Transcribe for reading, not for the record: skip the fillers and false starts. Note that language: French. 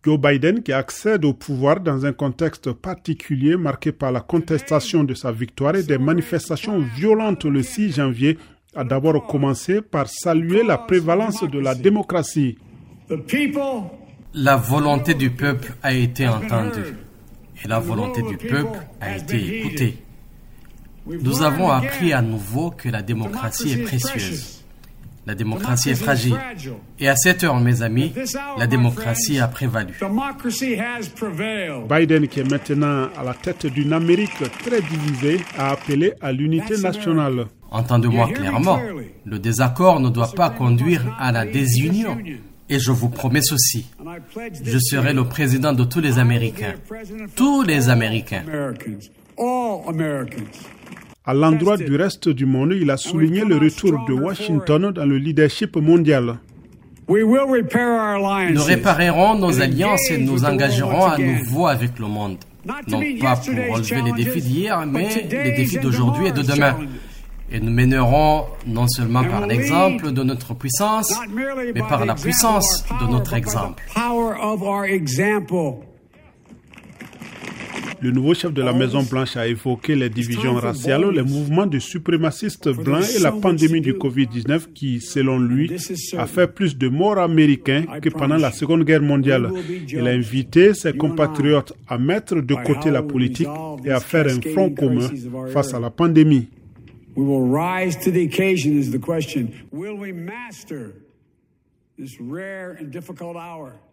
Joe Biden, qui accède au pouvoir dans un contexte particulier marqué par la contestation de sa victoire et des manifestations violentes le 6 janvier, a d'abord commencé par saluer la prévalence de la démocratie. La volonté du peuple a été entendue et la volonté du peuple a été écoutée. Nous avons appris à nouveau que la démocratie est précieuse. La démocratie est fragile. Et à cette heure, mes amis, la démocratie a prévalu. Biden, qui est maintenant à la tête d'une Amérique très divisée, a appelé à l'unité nationale. Entendez-moi clairement, le désaccord ne doit pas conduire à la désunion. Et je vous promets ceci, je serai le président de tous les Américains. Tous les Américains. À l'endroit du reste du monde, il a souligné le retour de Washington dans le leadership mondial. Nous réparerons nos alliances et nous engagerons à nouveau avec le monde. Non pas pour relever les défis d'hier, mais les défis d'aujourd'hui et de demain. Et nous mènerons non seulement par l'exemple de notre puissance, mais par la puissance de notre exemple. Le nouveau chef de la Maison-Blanche a évoqué les divisions raciales, les mouvements de suprémacistes blancs et la pandémie du Covid-19 qui, selon lui, a fait plus de morts américains que pendant la Seconde Guerre mondiale. Il a invité ses compatriotes à mettre de côté la politique et à faire un front commun face à la pandémie. We will rise to the occasion is the question. Will we master this rare and difficult hour?